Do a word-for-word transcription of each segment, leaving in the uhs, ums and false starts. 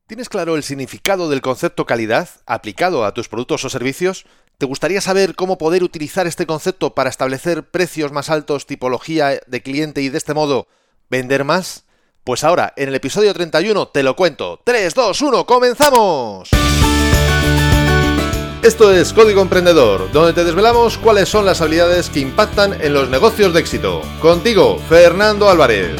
¿Tienes claro el significado del concepto calidad aplicado a tus productos o servicios? ¿Te gustaría saber cómo poder utilizar este concepto para establecer precios más altos, tipología de cliente y de este modo vender más? Pues ahora, en el episodio treinta y uno, te lo cuento. tres, dos, uno, ¡comenzamos! Esto es Código Emprendedor, donde te desvelamos cuáles son las habilidades que impactan en los negocios de éxito. Contigo, Fernando Álvarez.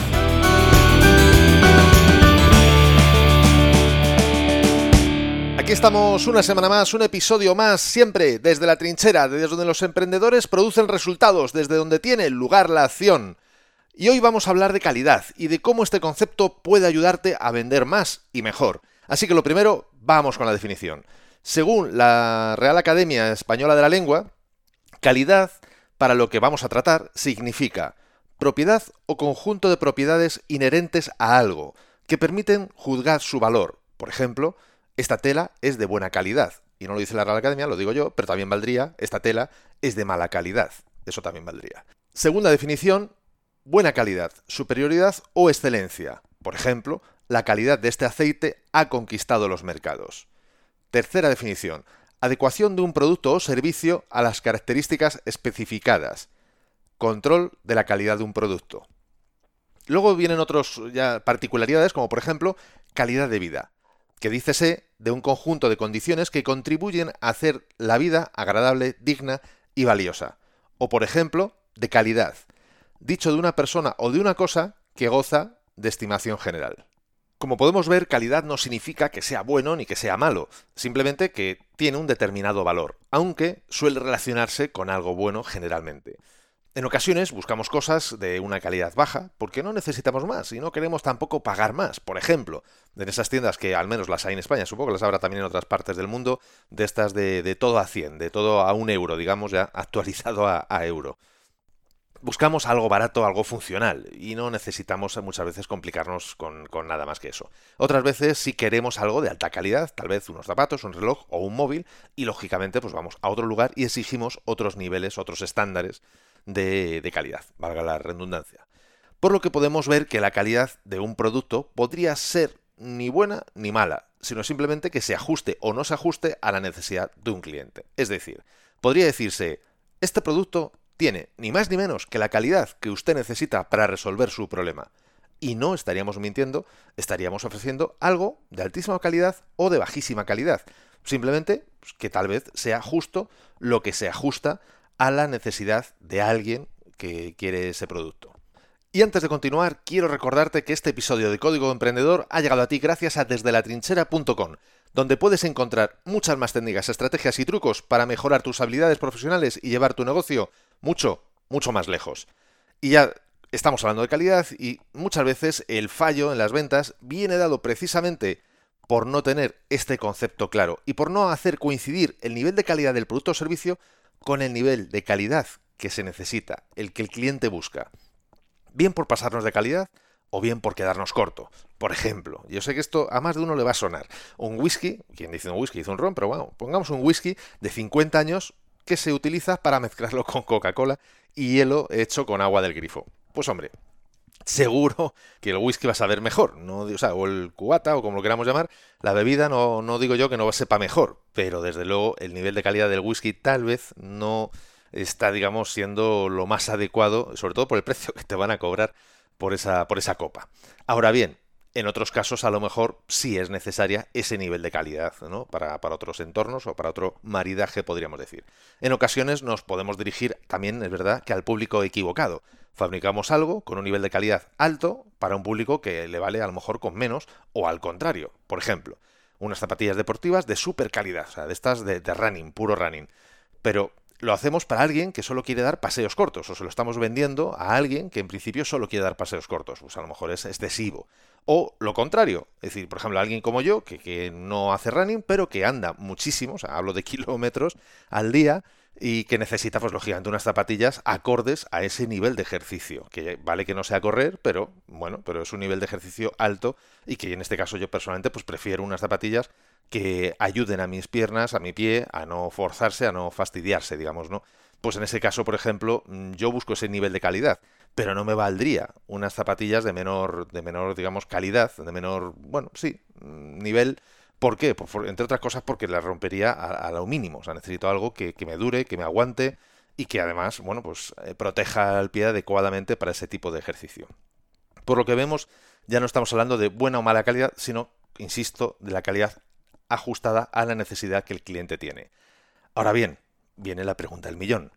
Aquí estamos una semana más, un episodio más, siempre desde la trinchera, desde donde los emprendedores producen resultados, desde donde tiene lugar la acción. Y hoy vamos a hablar de calidad y de cómo este concepto puede ayudarte a vender más y mejor. Así que lo primero, vamos con la definición. Según la Real Academia Española de la Lengua, calidad, para lo que vamos a tratar, significa propiedad o conjunto de propiedades inherentes a algo, que permiten juzgar su valor. Por ejemplo, esta tela es de buena calidad. Y no lo dice la Real Academia, lo digo yo, pero también valdría, esta tela es de mala calidad. Eso también valdría. Segunda definición, buena calidad, superioridad o excelencia. Por ejemplo, la calidad de este aceite ha conquistado los mercados. Tercera definición, adecuación de un producto o servicio a las características especificadas. Control de la calidad de un producto. Luego vienen otras ya particularidades, como por ejemplo, calidad de vida, que dícese de un conjunto de condiciones que contribuyen a hacer la vida agradable, digna y valiosa. O, por ejemplo, de calidad, dicho de una persona o de una cosa que goza de estimación general. Como podemos ver, calidad no significa que sea bueno ni que sea malo, simplemente que tiene un determinado valor, aunque suele relacionarse con algo bueno generalmente. En ocasiones buscamos cosas de una calidad baja porque no necesitamos más y no queremos tampoco pagar más. Por ejemplo, en esas tiendas que al menos las hay en España, supongo que las habrá también en otras partes del mundo, de estas de, de todo a cien, de todo a un euro, digamos ya actualizado a, a euro. Buscamos algo barato, algo funcional y no necesitamos muchas veces complicarnos con, con nada más que eso. Otras veces sí queremos algo de alta calidad, tal vez unos zapatos, un reloj o un móvil y lógicamente pues vamos a otro lugar y exigimos otros niveles, otros estándares de, de calidad, valga la redundancia. Por lo que podemos ver que la calidad de un producto podría ser ni buena ni mala, sino simplemente que se ajuste o no se ajuste a la necesidad de un cliente. Es decir, podría decirse, este producto tiene ni más ni menos que la calidad que usted necesita para resolver su problema. Y no estaríamos mintiendo, estaríamos ofreciendo algo de altísima calidad o de bajísima calidad. Simplemente pues, que tal vez sea justo lo que se ajusta a la necesidad de alguien que quiere ese producto. Y antes de continuar, quiero recordarte que este episodio de Código Emprendedor ha llegado a ti gracias a desde la trinchera punto com, donde puedes encontrar muchas más técnicas, estrategias y trucos para mejorar tus habilidades profesionales y llevar tu negocio mucho, mucho más lejos. Y ya estamos hablando de calidad y muchas veces el fallo en las ventas viene dado precisamente por no tener este concepto claro y por no hacer coincidir el nivel de calidad del producto o servicio con el nivel de calidad que se necesita, el que el cliente busca. Bien por pasarnos de calidad o bien por quedarnos corto. Por ejemplo, yo sé que esto a más de uno le va a sonar. Un whisky, quien dice un whisky dice un ron, pero bueno, pongamos un whisky de cincuenta años que se utiliza para mezclarlo con Coca-Cola y hielo hecho con agua del grifo. Pues hombre, seguro que el whisky va a saber mejor, ¿no? O sea, o el cubata, o como lo queramos llamar, la bebida no, no digo yo que no sepa mejor, pero desde luego el nivel de calidad del whisky tal vez no está, digamos, siendo lo más adecuado, sobre todo por el precio que te van a cobrar por esa, por esa copa. Ahora bien, en otros casos a lo mejor sí es necesaria ese nivel de calidad, ¿no? Para, para otros entornos o para otro maridaje, podríamos decir. En ocasiones nos podemos dirigir también, es verdad, que al público equivocado. Fabricamos algo con un nivel de calidad alto para un público que le vale a lo mejor con menos o al contrario. Por ejemplo, unas zapatillas deportivas de súper calidad, o sea, de estas de, de running, puro running. Pero lo hacemos para alguien que solo quiere dar paseos cortos, o se lo estamos vendiendo a alguien que en principio solo quiere dar paseos cortos, pues a lo mejor es excesivo. O lo contrario, es decir, por ejemplo, alguien como yo, que, que no hace running, pero que anda muchísimo, o sea, hablo de kilómetros al día, y que necesita, pues lógicamente, unas zapatillas acordes a ese nivel de ejercicio, que vale que no sea correr, pero bueno, pero es un nivel de ejercicio alto y que en este caso yo personalmente pues prefiero unas zapatillas que ayuden a mis piernas, a mi pie, a no forzarse, a no fastidiarse, digamos, ¿no? pues en ese caso, por ejemplo, yo busco ese nivel de calidad, pero no me valdría unas zapatillas de menor, de menor, digamos, calidad, de menor, bueno, sí, nivel. ¿Por qué? Pues, entre otras cosas porque las rompería a, a lo mínimo. O sea, necesito algo que, que me dure, que me aguante y que además, bueno, pues eh, proteja al pie adecuadamente para ese tipo de ejercicio. Por lo que vemos, ya no estamos hablando de buena o mala calidad, sino, insisto, de la calidad ajustada a la necesidad que el cliente tiene. Ahora bien, viene la pregunta del millón.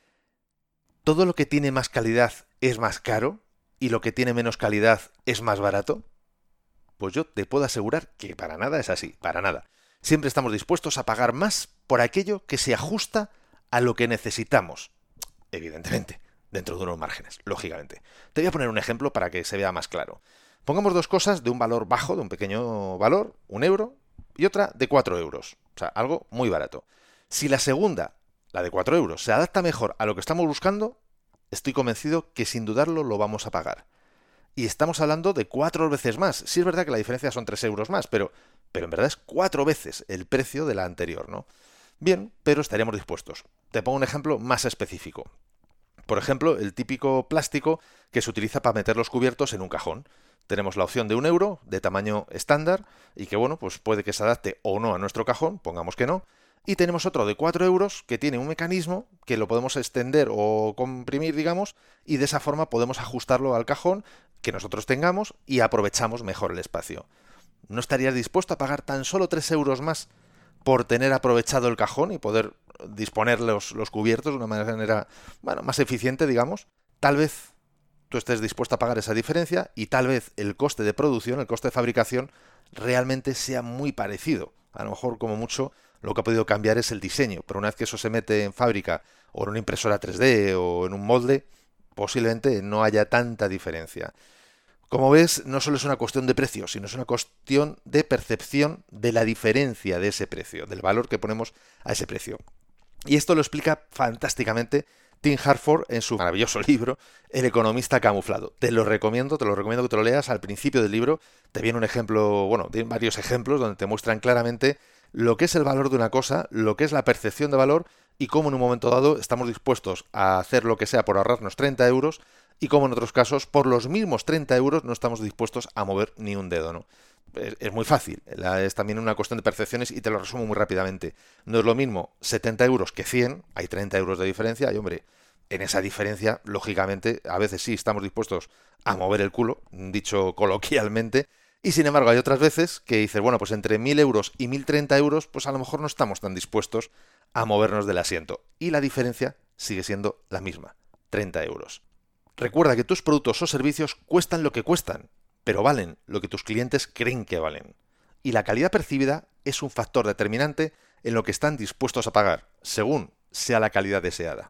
¿Todo lo que tiene más calidad es más caro y lo que tiene menos calidad es más barato? Pues yo te puedo asegurar que para nada es así, para nada. Siempre estamos dispuestos a pagar más por aquello que se ajusta a lo que necesitamos. Evidentemente, dentro de unos márgenes, lógicamente. Te voy a poner un ejemplo para que se vea más claro. Pongamos dos cosas de un valor bajo, de un pequeño valor, un euro, y otra de cuatro euros. O sea, algo muy barato. Si la segunda, la de cuatro euros, se adapta mejor a lo que estamos buscando, estoy convencido que sin dudarlo lo vamos a pagar. Y estamos hablando de cuatro veces más. Sí es verdad que la diferencia son tres euros más, pero, pero en verdad es cuatro veces el precio de la anterior, ¿no? Bien, pero estaríamos dispuestos. Te pongo un ejemplo más específico. Por ejemplo, el típico plástico que se utiliza para meter los cubiertos en un cajón. Tenemos la opción de un euro, de tamaño estándar, y que bueno, pues puede que se adapte o no a nuestro cajón, pongamos que no. Y tenemos otro de cuatro euros que tiene un mecanismo que lo podemos extender o comprimir, digamos, y de esa forma podemos ajustarlo al cajón que nosotros tengamos y aprovechamos mejor el espacio. ¿No estarías dispuesto a pagar tan solo tres euros más por tener aprovechado el cajón y poder disponer los, los cubiertos de una manera, bueno, más eficiente, digamos? Tal vez tú estés dispuesto a pagar esa diferencia y tal vez el coste de producción, el coste de fabricación, realmente sea muy parecido. A lo mejor, como mucho, lo que ha podido cambiar es el diseño, pero una vez que eso se mete en fábrica o en una impresora tres D o en un molde, posiblemente no haya tanta diferencia. Como ves, no solo es una cuestión de precio, sino es una cuestión de percepción de la diferencia de ese precio, del valor que ponemos a ese precio. Y esto lo explica fantásticamente Tim Harford en su maravilloso libro El economista camuflado. Te lo recomiendo, te lo recomiendo que te lo leas. Al principio del libro te viene un ejemplo, bueno, tiene varios ejemplos donde te muestran claramente lo que es el valor de una cosa, lo que es la percepción de valor y cómo en un momento dado estamos dispuestos a hacer lo que sea por ahorrarnos treinta euros y cómo en otros casos por los mismos treinta euros no estamos dispuestos a mover ni un dedo, ¿no? Es, es muy fácil, es también una cuestión de percepciones y te lo resumo muy rápidamente. No es lo mismo setenta euros que cien, hay treinta euros de diferencia y hombre, en esa diferencia, lógicamente, a veces sí estamos dispuestos a mover el culo, dicho coloquialmente, y sin embargo hay otras veces que dices, bueno, pues entre mil euros y mil treinta euros, pues a lo mejor no estamos tan dispuestos a movernos del asiento. Y la diferencia sigue siendo la misma, treinta euros. Recuerda que tus productos o servicios cuestan lo que cuestan, pero valen lo que tus clientes creen que valen. Y la calidad percibida es un factor determinante en lo que están dispuestos a pagar, según sea la calidad deseada.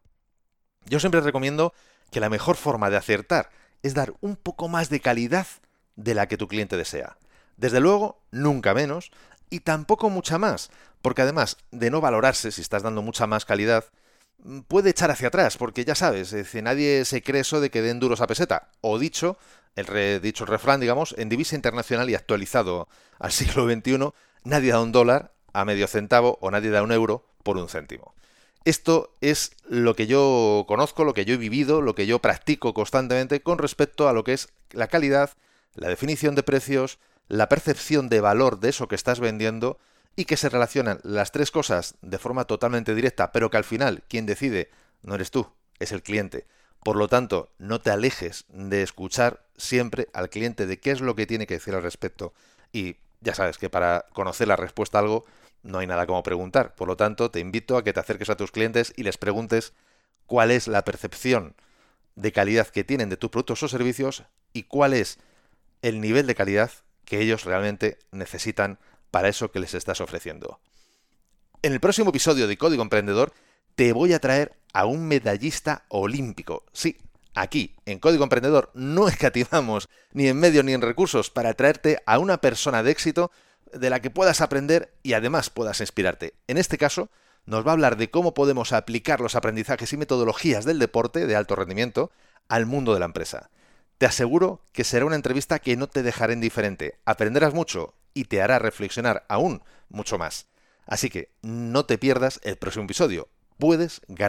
Yo siempre recomiendo que la mejor forma de acertar es dar un poco más de calidad de la que tu cliente desea. Desde luego, nunca menos, y tampoco mucha más, porque además de no valorarse si estás dando mucha más calidad, puede echar hacia atrás, porque ya sabes, es decir, nadie se cree eso de que den duros a peseta, o dicho, el re, dicho el refrán, digamos, en divisa internacional y actualizado al siglo veintiuno, nadie da un dólar a medio centavo o nadie da un euro por un céntimo. Esto es lo que yo conozco, lo que yo he vivido, lo que yo practico constantemente con respecto a lo que es la calidad, la definición de precios, la percepción de valor de eso que estás vendiendo y que se relacionan las tres cosas de forma totalmente directa, pero que al final quien decide no eres tú, es el cliente. Por lo tanto, no te alejes de escuchar siempre al cliente de qué es lo que tiene que decir al respecto. Y ya sabes que para conocer la respuesta a algo no hay nada como preguntar. Por lo tanto, te invito a que te acerques a tus clientes y les preguntes cuál es la percepción de calidad que tienen de tus productos o servicios y cuál es el nivel de calidad que ellos realmente necesitan para eso que les estás ofreciendo. En el próximo episodio de Código Emprendedor te voy a traer a un medallista olímpico. Sí, aquí, en Código Emprendedor, no escatimamos ni en medios ni en recursos para traerte a una persona de éxito de la que puedas aprender y además puedas inspirarte. En este caso, nos va a hablar de cómo podemos aplicar los aprendizajes y metodologías del deporte de alto rendimiento al mundo de la empresa. Te aseguro que será una entrevista que no te dejará indiferente. Aprenderás mucho y te hará reflexionar aún mucho más. Así que no te pierdas el próximo episodio. Puedes ganar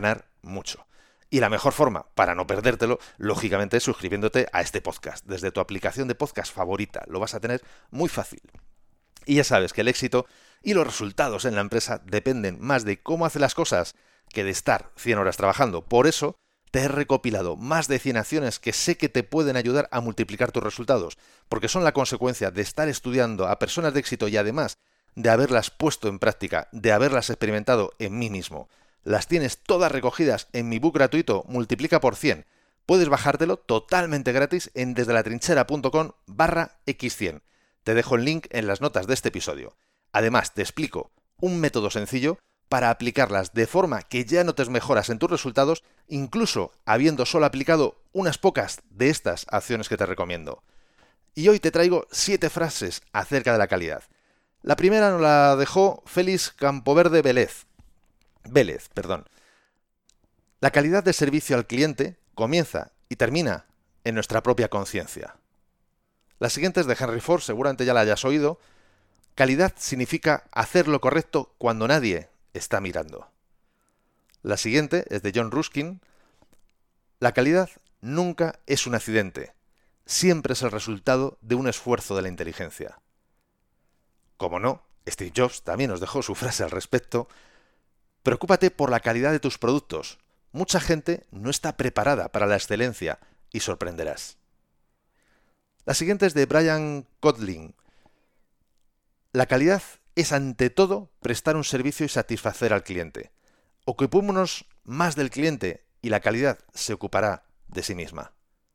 mucho. Y la mejor forma para no perdértelo, lógicamente, es suscribiéndote a este podcast desde tu aplicación de podcast favorita. Lo vas a tener muy fácil. Y ya sabes que el éxito y los resultados en la empresa dependen más de cómo hace las cosas que de estar cien horas trabajando. Por eso te he recopilado más de cien acciones que sé que te pueden ayudar a multiplicar tus resultados, porque son la consecuencia de estar estudiando a personas de éxito y además de haberlas puesto en práctica, de haberlas experimentado en mí mismo. Las tienes todas recogidas en mi book gratuito Multiplica por cien. Puedes bajártelo totalmente gratis en desdelatrinchera.com barra equis cien. Te dejo el link en las notas de este episodio. Además, te explico un método sencillo para aplicarlas de forma que ya notes mejoras en tus resultados, incluso habiendo solo aplicado unas pocas de estas acciones que te recomiendo. Y hoy te traigo siete frases acerca de la calidad. La primera nos la dejó Félix Campoverde Vélez. Vélez, perdón. La calidad de servicio al cliente comienza y termina en nuestra propia conciencia. La siguiente es de Henry Ford, seguramente ya la hayas oído. Calidad significa hacer lo correcto cuando nadie está mirando. La siguiente es de John Ruskin. La calidad nunca es un accidente, siempre es el resultado de un esfuerzo de la inteligencia. Como no, Steve Jobs también nos dejó su frase al respecto. Preocúpate por la calidad de tus productos. Mucha gente no está preparada para la excelencia y sorprenderás. La siguiente es de Brian Kotlin. La calidad es ante todo prestar un servicio y satisfacer al cliente. Ocupémonos más del cliente y la calidad se ocupará de sí misma.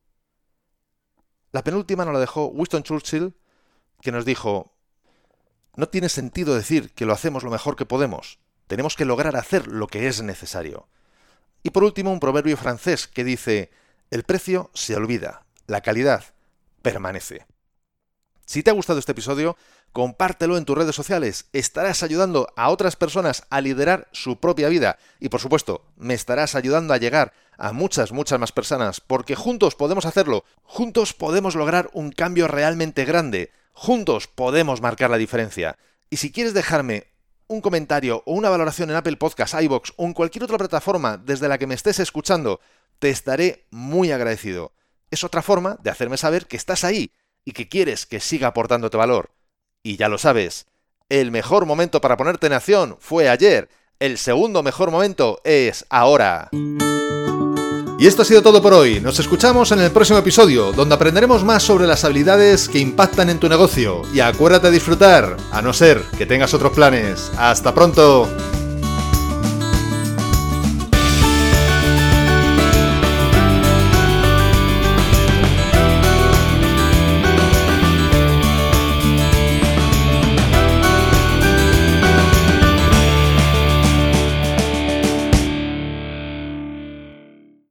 La penúltima nos la dejó Winston Churchill, que nos dijo: no tiene sentido decir que lo hacemos lo mejor que podemos. Tenemos que lograr hacer lo que es necesario. Y por último, un proverbio francés que dice: el precio se olvida, la calidad permanece. Si te ha gustado este episodio, compártelo en tus redes sociales. Estarás ayudando a otras personas a liderar su propia vida. Y por supuesto, me estarás ayudando a llegar a muchas, muchas más personas, porque juntos podemos hacerlo. Juntos podemos lograr un cambio realmente grande. Juntos podemos marcar la diferencia. Y si quieres dejarme un comentario o una valoración en Apple Podcasts, iVoox o en cualquier otra plataforma desde la que me estés escuchando, te estaré muy agradecido. Es otra forma de hacerme saber que estás ahí y que quieres que siga aportándote valor. Y ya lo sabes, el mejor momento para ponerte en acción fue ayer. El segundo mejor momento es ahora. Y esto ha sido todo por hoy. Nos escuchamos en el próximo episodio, donde aprenderemos más sobre las habilidades que impactan en tu negocio. Y acuérdate de disfrutar, a no ser que tengas otros planes. ¡Hasta pronto!